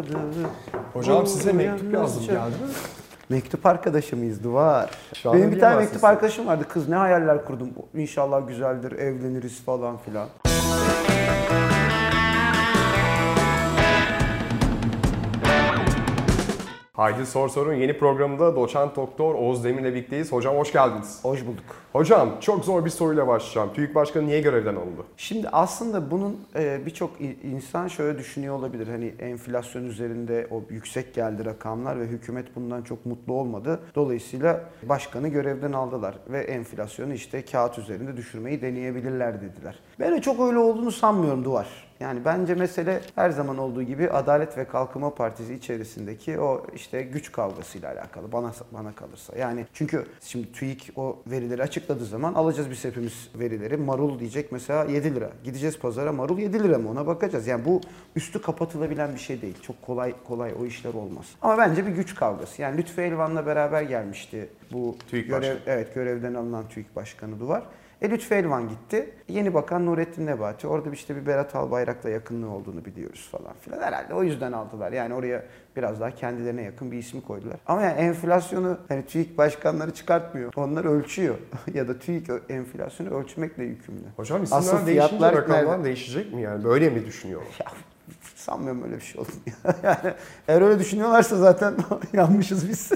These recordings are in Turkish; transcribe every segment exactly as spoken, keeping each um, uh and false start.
Hocam size mektup yazdım, geldi mi? Mektup arkadaşı mıyız Duvar? Şu Benim bir tane mektup size. arkadaşım vardı. Kız ne hayaller kurdum. İnşallah güzeldir, evleniriz falan filan. Haydi Sor Sor'un yeni programında doçent doktor Oğuz Demir'le birlikteyiz. Hocam hoş geldiniz. Hoş bulduk. Hocam çok zor bir soruyla başlayacağım. TÜİK Başkanı niye görevden alındı? Şimdi aslında bunun e, birçok insan şöyle düşünüyor olabilir. Hani enflasyon üzerinde o yüksek geldi rakamlar ve hükümet bundan çok mutlu olmadı. Dolayısıyla başkanı görevden aldılar ve enflasyonu işte kağıt üzerinde düşürmeyi deneyebilirler dediler. Ben de çok öyle olduğunu sanmıyorum Duvar. Yani bence mesele her zaman olduğu gibi Adalet ve Kalkınma Partisi içerisindeki o işte güç kavgasıyla alakalı bana bana kalırsa. Yani çünkü şimdi TÜİK o verileri açıkladığı zaman alacağız biz hepimiz verileri. Marul diyecek mesela yedi lira. Gideceğiz pazara, marul yedi lira mı, ona bakacağız. Yani bu üstü kapatılabilen bir şey değil. Çok kolay kolay o işler olmaz. Ama bence bir güç kavgası. Yani Lütfü Elvan'la beraber gelmişti bu TÜİK görev, Başkanı. evet görevden alınan TÜİK Başkanı Duvar. E Lütfü Elvan gitti. Yeni bakan Nurettin Nebati. Orada işte bir Berat Albayrak'la yakınlığı olduğunu biliyoruz falan filan. Herhalde o yüzden aldılar. Yani oraya biraz daha kendilerine yakın bir ismi koydular. Ama yani enflasyonu hani TÜİK başkanları çıkartmıyor. Onlar ölçüyor. Ya da TÜİK enflasyonu ölçmekle yükümlü. Hocam isimler Asıl değişince fiyatlar rakamlar nerede? değişecek mi yani? Böyle mi düşünüyorlar? Ya sanmıyorum öyle bir şey olduğunu. Yani eğer öyle düşünüyorlarsa zaten yanmışız biz.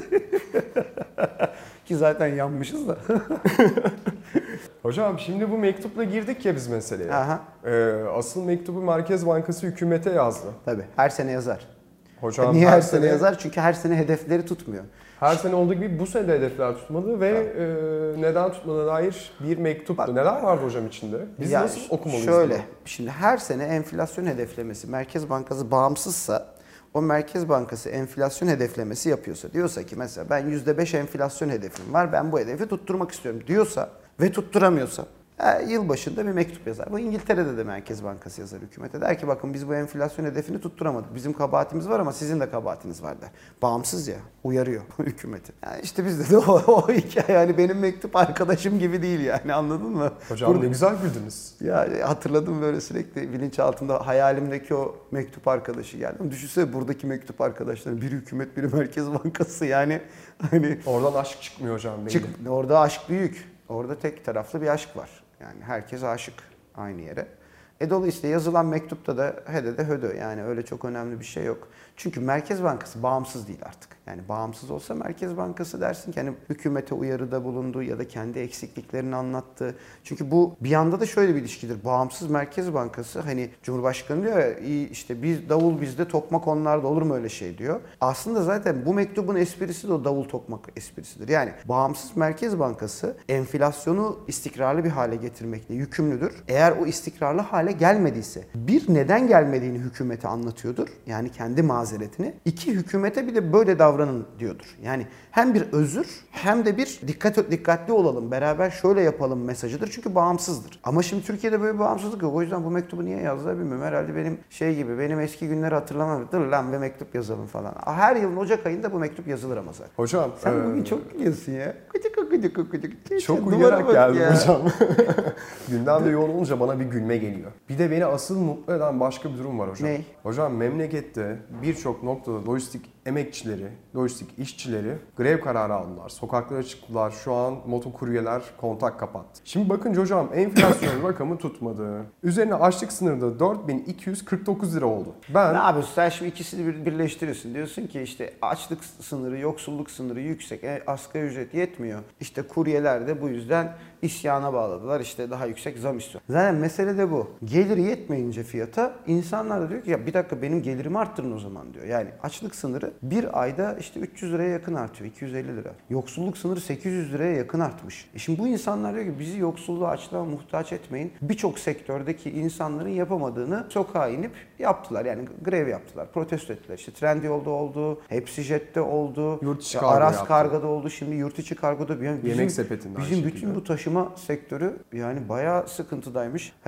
Ki zaten yanmışız da. Hocam şimdi bu mektupla girdik ya biz meseleye. Aha. Ee, asıl mektubu Merkez Bankası hükümete yazdı. Tabii her sene yazar. Hocam Niye her sene yazar? Çünkü her sene hedefleri tutmuyor. Her sene olduğu gibi bu sene de hedefler tutmadı ve e, neden tutmadığına dair bir mektuptu. Bak, neler vardı hocam içinde? Biz ya nasıl okumalıyız? Şöyle, bunu? şimdi her sene enflasyon hedeflemesi Merkez Bankası bağımsızsa o Merkez Bankası enflasyon hedeflemesi yapıyorsa, diyorsa ki mesela ben yüzde beş enflasyon hedefim var, ben bu hedefi tutturmak istiyorum diyorsa ve tutturamıyorsa e, yılbaşında bir mektup yazar. Bu İngiltere'de de Merkez Bankası yazar hükümete. Der ki bakın biz bu enflasyon hedefini tutturamadık. Bizim kabahatimiz var ama sizin de kabahatiniz var der. Bağımsız ya, uyarıyor hükümeti. Yani işte bizde de o, o hikaye, yani benim mektup arkadaşım gibi değil yani, anladın mı? Hocam Burada, ne güzel güldünüz. ya hatırladım böyle sürekli bilinçaltımda hayalimdeki o mektup arkadaşı geldi. Ama düşünsene buradaki mektup arkadaşların biri hükümet, biri Merkez Bankası, yani hani Oradan aşk çıkmıyor hocam belli. çık, orada aşk büyük. Orada tek taraflı bir aşk var. Yani herkes aşık aynı yere. E dolayısıyla yazılan mektupta da hede de hödö, yani öyle çok önemli bir şey yok. Çünkü Merkez Bankası bağımsız değil artık. Yani bağımsız olsa Merkez Bankası dersin ki hani hükümete uyarıda bulundu ya da kendi eksikliklerini anlattı. Çünkü bu bir yanda da şöyle bir ilişkidir. Bağımsız Merkez Bankası, hani Cumhurbaşkanı diyor ya, iyi işte biz davul bizde, tokmak onlarda, olur mu öyle şey diyor. Aslında zaten bu mektubun esprisi de o davul tokmak esprisidir. Yani bağımsız Merkez Bankası enflasyonu istikrarlı bir hale getirmekle yükümlüdür. Eğer o istikrarlı hale gelmediyse bir, neden gelmediğini hükümete anlatıyordur. Yani kendi mazeretini. İki, hükümete bir de böyle davranın diyordur. Yani hem bir özür hem de bir dikkat dikkatli olalım, beraber şöyle yapalım mesajıdır. Çünkü bağımsızdır. Ama şimdi Türkiye'de böyle bir bağımsızlık yok. O yüzden bu mektubu niye yazdılar bilmiyorum. Herhalde benim şey gibi, benim eski günleri hatırlamam. Dur lan ve mektup yazalım falan. Her yılın Ocak ayında bu mektup yazılır ama zaten. Hocam Sen e, bugün çok gülüyorsun ya. Gıcık gıcık gıcık. çok Duvara uyuyarak bak geldim ya. hocam. Gündemde yoğun olunca bana bir gülme geliyor. Bir de beni asıl mutlu eden başka bir durum var hocam. Ne? Hocam memlekette birçok noktada lojistik emekçileri, lojistik işçileri grev kararı aldılar. Sokaklara çıktılar. Şu an motokuryeler kontak kapattı. Şimdi bakınca hocam enflasyon rakamı tutmadı. Üzerine açlık sınırı da dört bin iki yüz kırk dokuz lira oldu. Ben Ne yapıyorsun? Sen şimdi ikisini bir, birleştiriyorsun. Diyorsun ki işte açlık sınırı, yoksulluk sınırı yüksek, e, asgari ücret yetmiyor. İşte kuryeler de bu yüzden isyana bağladılar. İşte daha yüksek zam istiyor. Zaten mesele de bu. Gelir yetmeyince fiyata, insanlar da diyor ki ya bir dakika benim gelirimi arttırın o zaman diyor. Yani açlık sınırı bir ayda işte üç yüz liraya yakın artıyor. iki yüz elli lira. Yoksulluk sınırı sekiz yüz liraya yakın artmış. E şimdi bu insanlar diyor ki bizi yoksulluğa, açlığa muhtaç etmeyin. Birçok sektördeki insanların yapamadığını sokağa inip yaptılar. Yani grev yaptılar, protesto ettiler. İşte Trendyol'da oldu, Hepsi Jet'te oldu, Yurt içi ya kargo Aras yaptı. Kargo'da oldu, şimdi yurt içi kargoda. Yani bizim, Yemek sepetinde aynı bizim şekilde. bütün bu taşıma sektörü yani bayağı sıkıntıdaymış. Hani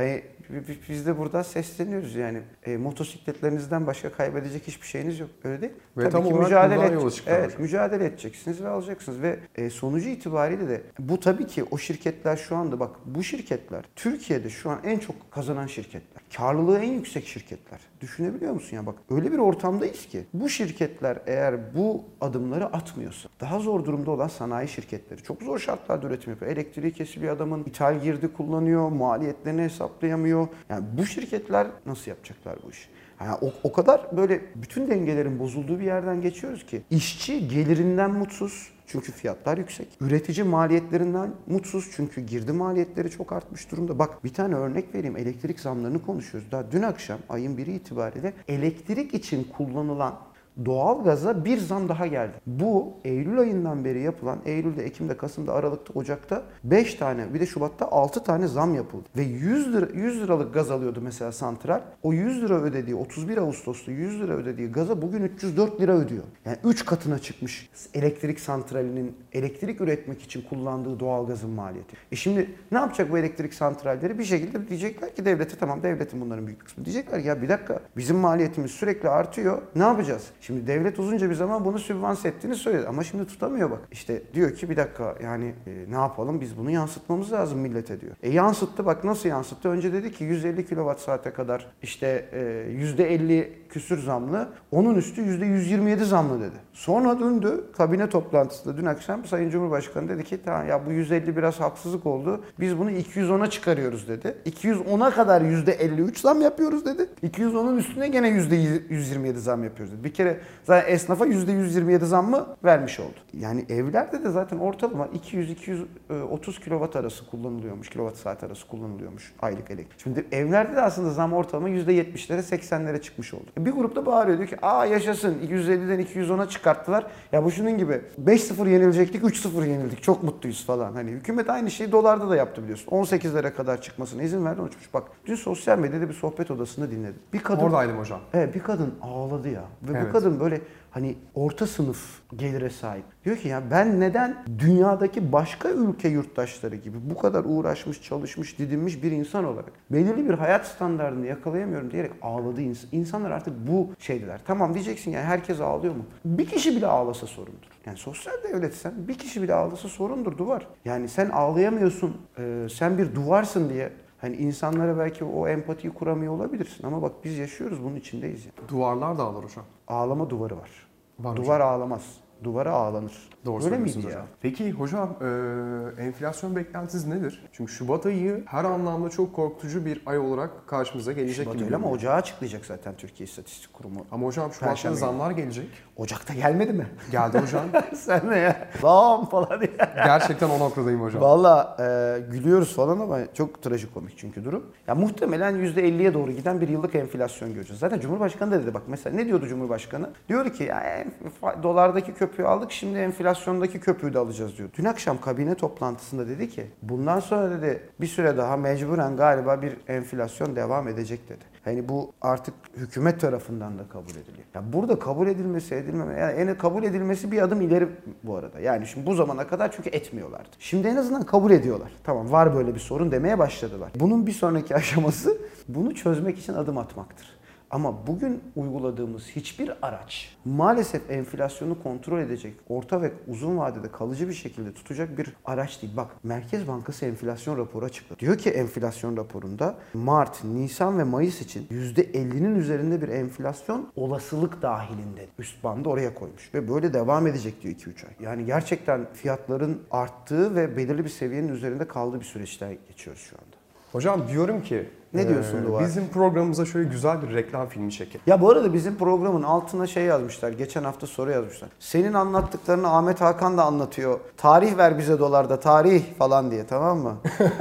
Biz de buradan sesleniyoruz yani. E, motosikletlerinizden başka kaybedecek hiçbir şeyiniz yok. Öyle değil mi? Ve Tabii tam ki olarak mücadele bundan et, yola çıktılar evet, hocam. mücadele edeceksiniz ve alacaksınız. Ve e, sonucu itibariyle de bu tabii ki o şirketler şu anda bak bu şirketler Türkiye'de şu an en çok kazanan şirketler. Karlılığı en yüksek şirketler. Düşünebiliyor musun ya bak öyle bir ortamdayız ki bu şirketler eğer bu adımları atmıyorsa daha zor durumda olan sanayi şirketleri çok zor şartlarda üretim yapıyor. Elektriği kesiliyor adamın, ithal girdi kullanıyor, maliyetlerini hesaplayamıyor. Yani bu şirketler nasıl yapacaklar bu işi? Yani o, o kadar böyle bütün dengelerin bozulduğu bir yerden geçiyoruz ki işçi gelirinden mutsuz. Çünkü fiyatlar yüksek. Üretici maliyetlerinden mutsuz çünkü girdi maliyetleri çok artmış durumda. Bak bir tane örnek vereyim. Elektrik zamlarını konuşuyoruz. Daha dün akşam ayın biri itibariyle elektrik için kullanılan doğalgaza bir zam daha geldi. Bu Eylül ayından beri yapılan, Eylül'de, Ekim'de, Kasım'da, Aralık'ta, Ocak'ta beş tane, bir de Şubat'ta altı tane zam yapıldı. Ve yüz lira, yüz liralık gaz alıyordu mesela santral. O yüz lira ödediği, otuz bir Ağustos'ta yüz lira ödediği gaza bugün üç yüz dört lira ödüyor. Yani üç katına çıkmış elektrik santralinin elektrik üretmek için kullandığı doğalgazın maliyeti. E şimdi ne yapacak bu elektrik santralleri? Bir şekilde diyecekler ki devlete, tamam devletin bunların büyük kısmı. Diyecekler ki ya bir dakika bizim maliyetimiz sürekli artıyor. Ne yapacağız? Şimdi devlet uzunca bir zaman bunu sübvanse ettiğini söyledi ama şimdi tutamıyor bak. İşte diyor ki bir dakika yani e, ne yapalım biz bunu yansıtmamız lazım millete diyor. E yansıttı bak nasıl yansıttı? Önce dedi ki yüz elli kilowatt saate kadar işte e, yüzde elli küsür zamlı, onun üstü yüzde yüz yirmi yedi zamlı dedi. Sonra döndü kabine toplantısında dün akşam Sayın Cumhurbaşkanı dedi ki tamam ya bu yüz elli biraz haksızlık oldu. Biz bunu iki yüz ona çıkarıyoruz dedi. iki yüz ona kadar yüzde elli üç zam yapıyoruz dedi. iki yüz onun üstüne gene yüzde yüz yirmi yedi zam yapıyoruz dedi. Bir kere zaten esnafa yüzde yüz yirmi yedi zam mı vermiş oldu. Yani evlerde de zaten ortalama iki yüz iki yüz otuz kilowatt arası kullanılıyormuş. Kilowatt saat arası kullanılıyormuş aylık elektrik. Şimdi evlerde de aslında zam ortalama yüzde yetmişlere seksenlere çıkmış oldu. Bir grupta bağırıyor diyor ki aa yaşasın iki yüz elliden iki yüz ona çıkarttılar. Ya bu şunun gibi beş sıfır yenilecektik üç sıfır yenildik. Çok mutluyuz falan. Hani hükümet aynı şeyi dolarda da yaptı biliyorsun. on sekizlere kadar çıkmasına izin verdi uçmuş. Bak dün sosyal medyada bir sohbet odasında dinledim. Bir kadın Oradaydım hocam. Evet bir kadın ağladı ya. Ve Evet. bu kadın böyle hani orta sınıf gelire sahip. Diyor ki ya ben neden dünyadaki başka ülke yurttaşları gibi bu kadar uğraşmış, çalışmış, didinmiş bir insan olarak belirli bir hayat standartını yakalayamıyorum diyerek ağladı insan. İnsanlar artık bu şeydiler. Tamam diyeceksin yani herkes ağlıyor mu? Bir kişi bile ağlasa sorundur. Yani sosyal devletsen bir kişi bile ağlasa sorundur duvar. Yani sen ağlayamıyorsun, e, sen bir duvarsın diye hani insanlara belki o empatiyi kuramıyor olabilirsin ama bak biz yaşıyoruz bunun içindeyiz yani. Duvarlar da ağlar hocam. Ağlama duvarı var. Var Duvar hocam. ağlamaz. Duvara ağlanır. Doğru Öyle miydi söylüyorsunuz ya? hocam. Peki hocam e, enflasyon beklentiniz nedir? Çünkü Şubat ayı her anlamda çok korkutucu bir ay olarak karşımıza gelecek Şubat gibi. öyle ama görünüyor. ocağı açıklayacak zaten Türkiye İstatistik Kurumu. Ama hocam Şubat'ta Perşembe zamlar gelecek. Ocak'ta gelmedi mi? Geldi hocam. Sen ne ya? Zam falan ya. Gerçekten o noktadayım hocam. Valla e, gülüyoruz falan ama çok trajikomik çünkü durum. Ya muhtemelen yüzde elliye doğru giden bir yıllık enflasyon göreceğiz. Zaten Cumhurbaşkanı da dedi bak mesela ne diyordu Cumhurbaşkanı? Diyordu ki ya, enf- dolardaki köpüğü aldık şimdi enflasyondaki köpüğü de alacağız diyor. Dün akşam kabine toplantısında dedi ki bundan sonra dedi bir süre daha mecburen galiba bir enflasyon devam edecek dedi. Hani bu artık hükümet tarafından da kabul ediliyor. Ya burada kabul edilmesi, edilmeme, yani en kabul edilmesi bir adım ileri bu arada. Yani şimdi bu zamana kadar çünkü etmiyorlardı. Şimdi en azından kabul ediyorlar. Tamam var böyle bir sorun demeye başladılar. Bunun bir sonraki aşaması bunu çözmek için adım atmaktır. Ama bugün uyguladığımız hiçbir araç maalesef enflasyonu kontrol edecek, orta ve uzun vadede kalıcı bir şekilde tutacak bir araç değil. Bak Merkez Bankası enflasyon raporu açıkladı. Diyor ki enflasyon raporunda Mart, Nisan ve Mayıs için yüzde ellinin üzerinde bir enflasyon olasılık dahilinde. Üst bandı oraya koymuş ve böyle devam edecek diyor iki üç ay. Yani gerçekten fiyatların arttığı ve belirli bir seviyenin üzerinde kaldığı bir süreçten geçiyoruz şu anda. Hocam diyorum ki Ne diyorsun e, Duvar? bizim programımıza şöyle güzel bir reklam filmi çekelim. Ya bu arada bizim programın altına şey yazmışlar. Geçen hafta soru yazmışlar. Senin anlattıklarını Ahmet Hakan da anlatıyor. Tarih ver bize dolarda. Tarih falan diye tamam mı?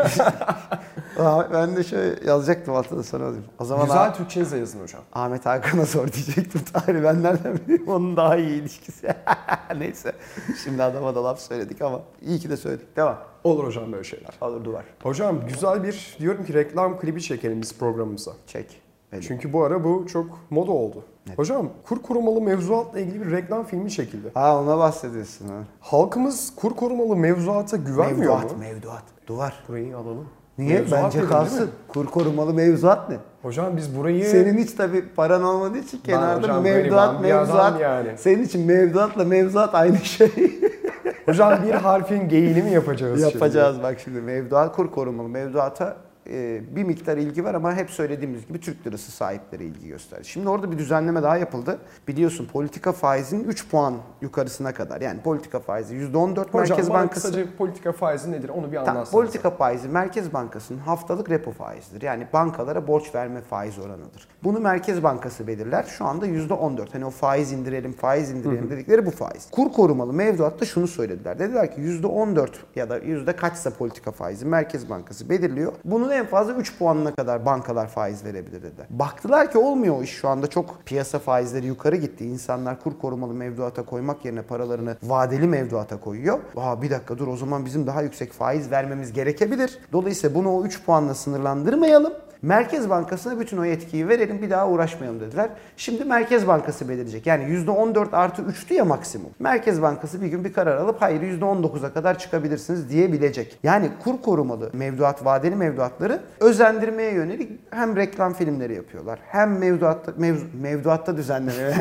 Ben de şöyle yazacaktım altına sana alayım. O zaman Güzel Ah- Türkçenize yazın hocam. Ahmet Hakan'a sor diyecektim. Tarih ben nereden bileyim onun daha iyi ilişkisi. Neyse. Şimdi adama da laf söyledik ama iyi ki de söyledik. Devam. Olur hocam böyle şeyler. Alır duvar. Hocam güzel bir diyorum ki reklam klibi çekelim biz programımıza. Çek. Belli. Çünkü bu ara bu çok moda oldu. Evet. Hocam kur korumalı mevzuatla ilgili bir reklam filmi çekildi. Ha ona bahsediyorsun ha. Halkımız kur korumalı mevzuata güvenmiyor Mevduat, mu? mevduat. Duvar. Burayı alalım. Niye? Mevzuat Bence dedin, değil kalsın. mi? Kur korumalı mevzuat ne? Hocam biz burayı... Senin hiç tabii paran olmadığı için kenarda hocam mevduat gariban bir adam mevzuat. yani. Senin için mevduatla mevzuat aynı şey. Hocam bir harfin geyini mi yapacağız Yapacağız bak şimdi. Mevduat kur korumalı. Mevduata e, bir miktar ilgi var ama hep söylediğimiz gibi Türk lirası sahipleri ilgi gösterdi. Şimdi orada bir düzenleme daha yapıldı. Biliyorsun politika faizinin üç puan yukarısına kadar. Yani politika faizi yüzde on dört Hocam Merkez bana Bankası. kısaca politika faizi nedir onu bir Tamam, anlatsanız. politika faizi Merkez Bankası'nın haftalık repo faizidir. Yani bankalara borç verme faiz oranıdır. Bunu Merkez Bankası belirler. Şu anda yüzde on dört. Hani o faiz indirelim, faiz indirelim dedikleri bu faiz. Kur korumalı mevduatta şunu söylediler. Dediler ki yüzde on dört ya da yüzde kaçsa politika faizi Merkez Bankası belirliyor. Bunun en fazla üç puanına kadar bankalar faiz verebilir dediler. Baktılar ki olmuyor o iş. Şu anda çok piyasa faizleri yukarı gitti. İnsanlar kur korumalı mevduata koymak yerine paralarını vadeli mevduata koyuyor. Aa bir dakika dur o zaman bizim daha yüksek faiz vermemiz gerekebilir. Dolayısıyla bunu o üç puanla sınırlandırmayalım. Merkez Bankası'na bütün o yetkiyi verelim bir daha uğraşmayalım dediler. Şimdi Merkez Bankası belirleyecek. Yani yüzde on dört artı üçtü ya maksimum. Merkez Bankası bir gün bir karar alıp hayır yüzde on dokuza kadar çıkabilirsiniz diyebilecek. Yani kur korumalı mevduat, vadeli mevduatları özendirmeye yönelik hem reklam filmleri yapıyorlar. Hem mevduatta, mevzu, mevduatta düzenleme.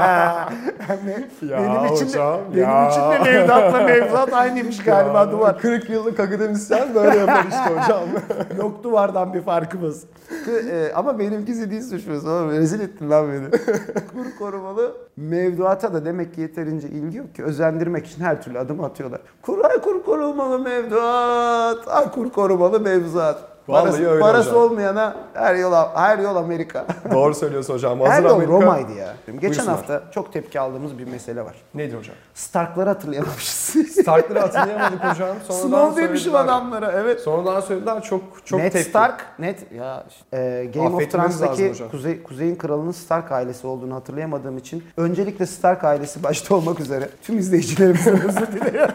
hem de, Ya benim için de, hocam, benim ya. için de mevduatla mevduat aynıymış galiba duvar. kırk yıllık akademisyen böyle yapar işte hocam. Yok duvardan bir farkımız. e, ama benimki zihni suçluyorsun. Ama rezil ettin lan beni. Kur korumalı mevduata da demek ki yeterince ilgi yok ki özendirmek için her türlü adım atıyorlar. Kur, ay kur korumalı mevduat. Ay kur korumalı mevzuat. Vallahi Parası, öyle parası hocam. olmayana her yol her yol Amerika. Doğru söylüyorsun hocam. Hazır Her yol Amerika. Roma'ydı ya. Geçen Buyursunlar. hafta çok tepki aldığımız bir mesele var. Nedir hocam? Stark'ları hatırlayamamışız. Stark'ları hatırlayamadık hocam. Sonradan Snow demişim söylediler. adamlara evet. Sonradan söylediler çok çok Ned tepki. Stark, Ned ya e, Game of Affetmemiz lazım Thrones'daki hocam. Kuzey, Kuzey'in kralının Stark ailesi olduğunu hatırlayamadığım için öncelikle Stark ailesi başta olmak üzere tüm izleyicilerimizden özür dilerim.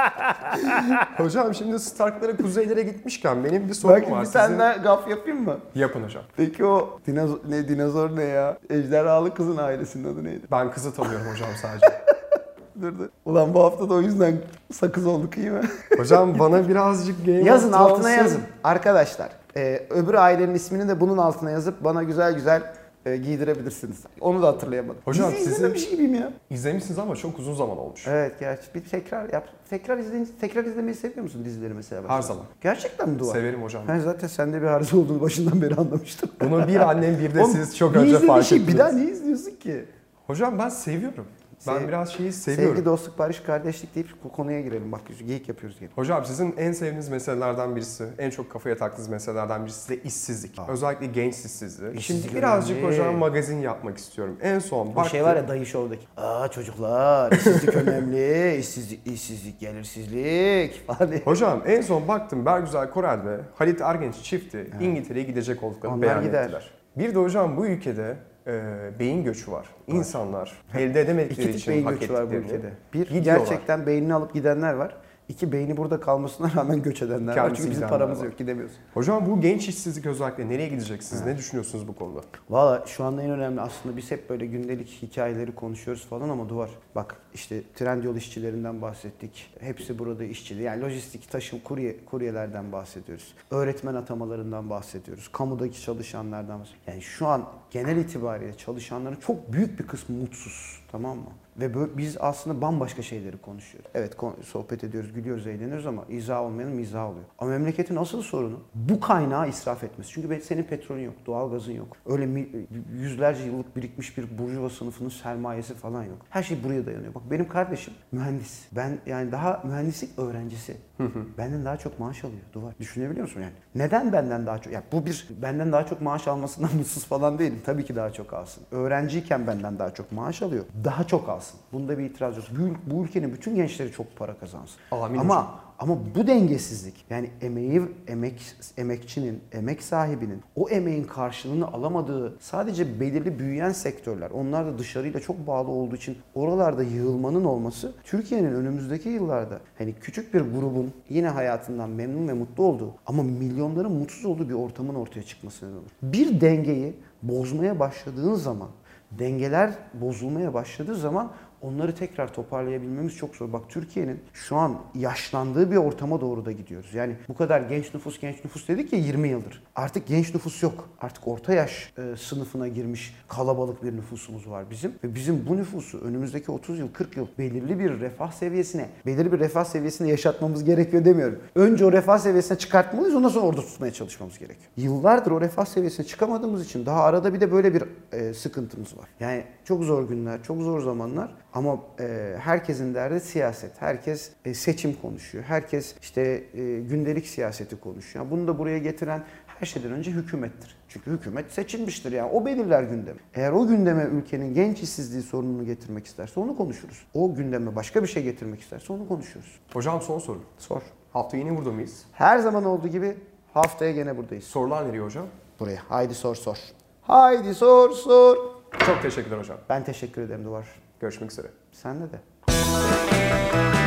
Hocam şimdi Stark'lara kuzeylere gitmişken benim bir sorum Belki var. bir tane Sizin... daha gaf yapayım mı? Yapın hocam. Peki o dinozor ne dinozor ne ya? Ejderhalı kızın ailesinin adı neydi? Ben kızı tanıyorum hocam sadece. Dur dur. Ulan bu hafta da o yüzden sakız olduk iyi mi? Hocam bana birazcık Game Yazın of altına Thrones'un- yazın. Arkadaşlar e, öbür ailenin ismini de bunun altına yazıp bana güzel güzel e, giydirebilirsiniz. Onu da hatırlayamadım. Hocam Dizi sizin- izlememiş gibiyim ya. İzlemişsiniz ama çok uzun zaman olmuş. Evet gerçi bir tekrar yap. Tekrar izleyin. Tekrar izlemeyi seviyor musun dizileri mesela? Her zaman. Gerçekten mi Duvar? Severim hocam. Ben zaten sende bir arıza olduğunu başından beri anlamıştım. Bunu bir annem bir de Oğlum, siz çok bir önce izlediğin fark şeyi ettiniz. Bir daha niye izliyorsun ki? Hocam ben seviyorum. Ben Sev- biraz şeyi seviyorum. Sevgi, dostluk, barış, kardeşlik deyip bu konuya girelim. Bak geyik yapıyoruz gene. Hocam sizin en sevdiğiniz meselelerden birisi, en çok kafaya taktığınız meselelerden birisi de işsizlik. Aa. Özellikle genç işsizliği. İşsizlik Şimdi birazcık önemli. hocam magazin yapmak istiyorum. En son Bu baktım. şey var ya Dayı Show'daki. Aa çocuklar işsizlik önemli. İşsizlik, işsizlik, gelirsizlik falan diye. Hocam en son baktım Bergüzar Korel ve Halit Ergenç çifti İngiltere'ye gidecek olduklarını Onlar beyan gider. ettiler. Bir de hocam bu ülkede e, beyin göçü var. İnsanlar elde edemedikleri İki tip için beyin hak göçü var bu ettiklerini ülkede. Bir gidiyorlar. gerçekten beynini alıp gidenler var. İki beyni burada kalmasına rağmen göç edenler var. Kendisi Çünkü bizim gidenler paramız var. yok gidemiyoruz. Hocam bu genç işsizlik özellikle nereye gidecek? Siz ne düşünüyorsunuz bu konuda? Valla şu anda en önemli aslında biz hep böyle gündelik hikayeleri konuşuyoruz falan ama Duvar. Bak işte Trendyol işçilerinden bahsettik. Hepsi burada işçi. Yani lojistik, taşım, kurye, kuryelerden bahsediyoruz. Öğretmen atamalarından bahsediyoruz. Kamudaki çalışanlardan bahsediyoruz. Yani şu an genel itibariyle çalışanların çok büyük bir kısmı mutsuz. Tamam mı? Ve böyle, biz aslında bambaşka şeyleri konuşuyoruz. Evet sohbet ediyoruz, gülüyoruz, eğleniyoruz ama izah olmayanın mizahı oluyor. Ama memleketin asıl sorunu bu kaynağı israf etmesi. Çünkü senin petrolün yok, doğalgazın yok. Öyle mi, yüzlerce yıllık birikmiş bir burjuva sınıfının sermayesi falan yok. Her şey buraya dayanıyor. Bak benim kardeşim mühendis. Ben yani daha mühendislik öğrencisi. Benden daha çok maaş alıyor. Duvar. Düşünebiliyor musun yani? Neden benden daha çok? Ya bu bir benden daha çok maaş almasından mutsuz falan değilim. Tabii ki daha çok alsın. Öğrenciyken benden daha çok maaş alıyor. Daha çok alsın. Bunda bir itiraz yok. Bu, bu ülkenin bütün gençleri çok para kazansın. Amin ama hocam. ama bu dengesizlik yani emeği emek emekçinin, emek sahibinin o emeğin karşılığını alamadığı sadece belirli büyüyen sektörler. Onlar da dışarıyla çok bağlı olduğu için oralarda yığılmanın olması Türkiye'nin önümüzdeki yıllarda hani küçük bir grubun yine hayatından memnun ve mutlu olduğu ama milyonların mutsuz olduğu bir ortamın ortaya çıkmasına neden olur. Bir dengeyi bozmaya başladığın zaman dengeler bozulmaya başladığı zaman onları tekrar toparlayabilmemiz çok zor. Bak Türkiye'nin şu an yaşlandığı bir ortama doğru da gidiyoruz. Yani bu kadar genç nüfus genç nüfus dedik ya yirmi yıldır. Artık genç nüfus yok. Artık orta yaş e, sınıfına girmiş kalabalık bir nüfusumuz var bizim. Ve bizim bu nüfusu önümüzdeki otuz yıl kırk yıl belirli bir refah seviyesine, belirli bir refah seviyesinde yaşatmamız gerekiyor demiyorum. Önce o refah seviyesine çıkartmalıyız, ondan sonra orada tutmaya çalışmamız gerekiyor. Yıllardır o refah seviyesine çıkamadığımız için daha arada bir de böyle bir e, sıkıntımız var. Yani çok zor günler, çok zor zamanlar ama e, herkesin derdi siyaset. Herkes e, seçim konuşuyor. Herkes işte e, gündelik siyaseti konuşuyor. Bunu da buraya getiren her şeyden önce hükümettir. Çünkü hükümet seçilmiştir yani. O belirler gündemi. Eğer o gündeme ülkenin genç işsizliği sorununu getirmek isterse onu konuşuruz. O gündeme başka bir şey getirmek isterse onu konuşuruz. Hocam son soru. Sor. Hafta yine burada mıyız? Her zaman olduğu gibi haftaya gene buradayız. Sorular nereye hocam? Buraya. Haydi sor sor. Haydi sor sor. Çok teşekkürler hocam. Ben teşekkür ederim Duvar. Görüşmek üzere. Sen de de.